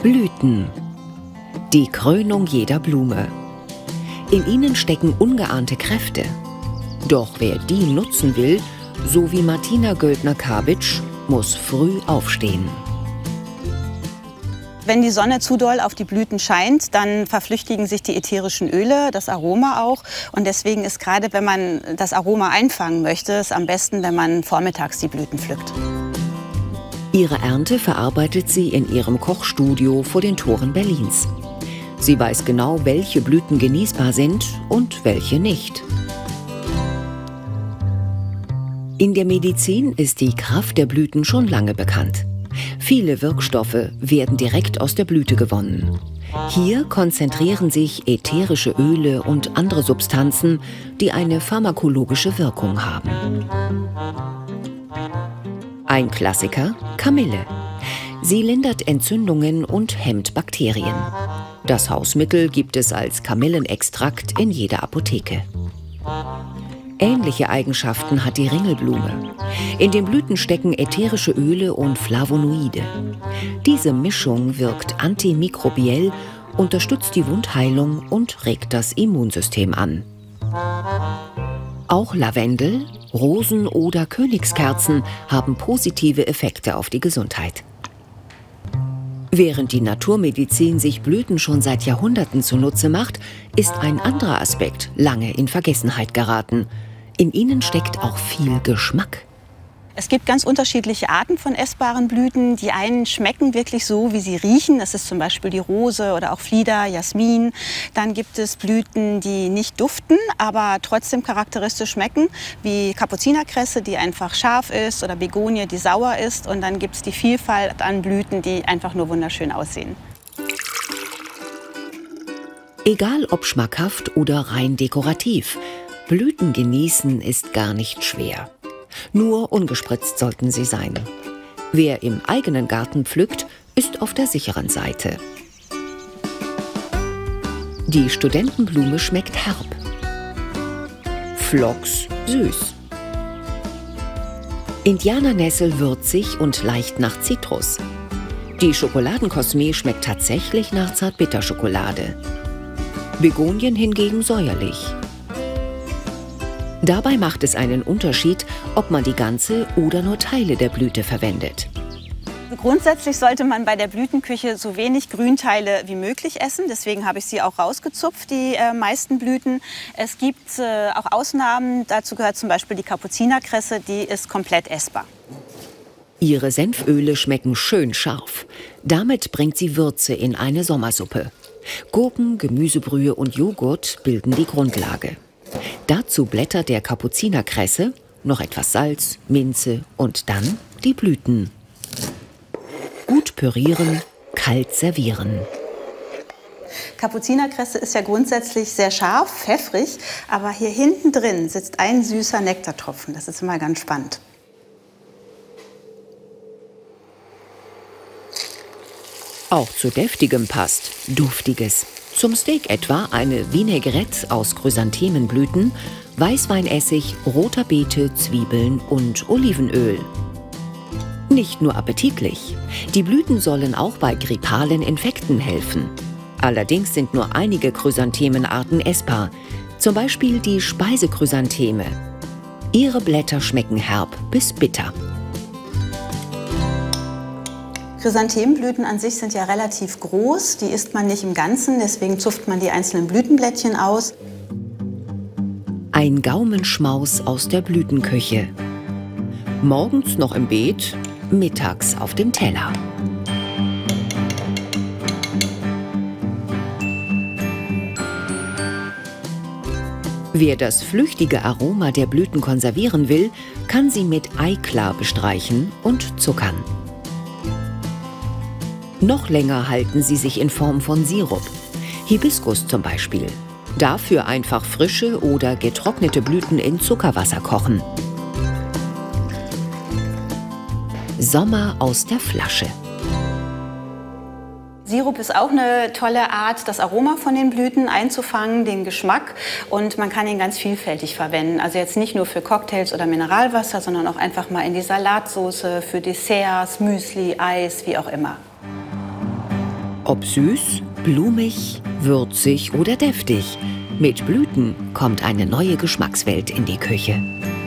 Blüten. Die Krönung jeder Blume. In ihnen stecken ungeahnte Kräfte. Doch wer die nutzen will, so wie Martina Göldner-Kabitsch, muss früh aufstehen. Wenn die Sonne zu doll auf die Blüten scheint, dann verflüchtigen sich die ätherischen Öle, das Aroma auch. Und deswegen ist gerade, wenn man das Aroma einfangen möchte, es am besten, wenn man vormittags die Blüten pflückt. Ihre Ernte verarbeitet sie in ihrem Kochstudio vor den Toren Berlins. Sie weiß genau, welche Blüten genießbar sind und welche nicht. In der Medizin ist die Kraft der Blüten schon lange bekannt. Viele Wirkstoffe werden direkt aus der Blüte gewonnen. Hier konzentrieren sich ätherische Öle und andere Substanzen, die eine pharmakologische Wirkung haben. Ein Klassiker: Kamille. Sie lindert Entzündungen und hemmt Bakterien. Das Hausmittel gibt es als Kamillenextrakt in jeder Apotheke. Ähnliche Eigenschaften hat die Ringelblume. In den Blüten stecken ätherische Öle und Flavonoide. Diese Mischung wirkt antimikrobiell, unterstützt die Wundheilung und regt das Immunsystem an. Auch Lavendel, Rosen oder Königskerzen haben positive Effekte auf die Gesundheit. Während die Naturmedizin sich Blüten schon seit Jahrhunderten zunutze macht, ist ein anderer Aspekt lange in Vergessenheit geraten. In ihnen steckt auch viel Geschmack. Es gibt ganz unterschiedliche Arten von essbaren Blüten. Die einen schmecken wirklich so, wie sie riechen. Das ist zum Beispiel die Rose oder auch Flieder, Jasmin. Dann gibt es Blüten, die nicht duften, aber trotzdem charakteristisch schmecken, wie Kapuzinerkresse, die einfach scharf ist, oder Begonie, die sauer ist. Und dann gibt es die Vielfalt an Blüten, die einfach nur wunderschön aussehen. Egal ob schmackhaft oder rein dekorativ, Blüten genießen ist gar nicht schwer. Nur ungespritzt sollten sie sein. Wer im eigenen Garten pflückt, ist auf der sicheren Seite. Die Studentenblume schmeckt herb. Phlox süß. Indianernessel würzig und leicht nach Zitrus. Die Schokoladenkosmee schmeckt tatsächlich nach Zartbitterschokolade. Begonien hingegen säuerlich. Dabei macht es einen Unterschied, ob man die ganze oder nur Teile der Blüte verwendet. Grundsätzlich sollte man bei der Blütenküche so wenig Grünteile wie möglich essen. Deswegen habe ich sie auch rausgezupft, die meisten Blüten. Es gibt auch Ausnahmen. Dazu gehört zum Beispiel die Kapuzinerkresse, die ist komplett essbar. Ihre Senföle schmecken schön scharf. Damit bringt sie Würze in eine Sommersuppe. Gurken, Gemüsebrühe und Joghurt bilden die Grundlage. Dazu Blätter der Kapuzinerkresse, noch etwas Salz, Minze und dann die Blüten. Gut pürieren, kalt servieren. Kapuzinerkresse ist ja grundsätzlich sehr scharf, pfeffrig, aber hier hinten drin sitzt ein süßer Nektartropfen. Das ist immer ganz spannend. Auch zu deftigem passt duftiges. Zum Steak etwa eine Vinaigrette aus Chrysanthemenblüten, Weißweinessig, roter Beete, Zwiebeln und Olivenöl. Nicht nur appetitlich, die Blüten sollen auch bei grippalen Infekten helfen. Allerdings sind nur einige Chrysanthemenarten essbar, zum Beispiel die Speisechrysantheme. Ihre Blätter schmecken herb bis bitter. Chrysanthemenblüten an sich sind ja relativ groß, die isst man nicht im Ganzen, deswegen zupft man die einzelnen Blütenblättchen aus. Ein Gaumenschmaus aus der Blütenküche. Morgens noch im Beet, mittags auf dem Teller. Wer das flüchtige Aroma der Blüten konservieren will, kann sie mit Eiklar bestreichen und zuckern. Noch länger halten sie sich in Form von Sirup. Hibiskus zum Beispiel. Dafür einfach frische oder getrocknete Blüten in Zuckerwasser kochen. Sommer aus der Flasche. Sirup ist auch eine tolle Art, das Aroma von den Blüten einzufangen, den Geschmack. Und man kann ihn ganz vielfältig verwenden. Also jetzt nicht nur für Cocktails oder Mineralwasser, sondern auch einfach mal in die Salatsauce, für Desserts, Müsli, Eis, wie auch immer. Ob süß, blumig, würzig oder deftig, mit Blüten kommt eine neue Geschmackswelt in die Küche.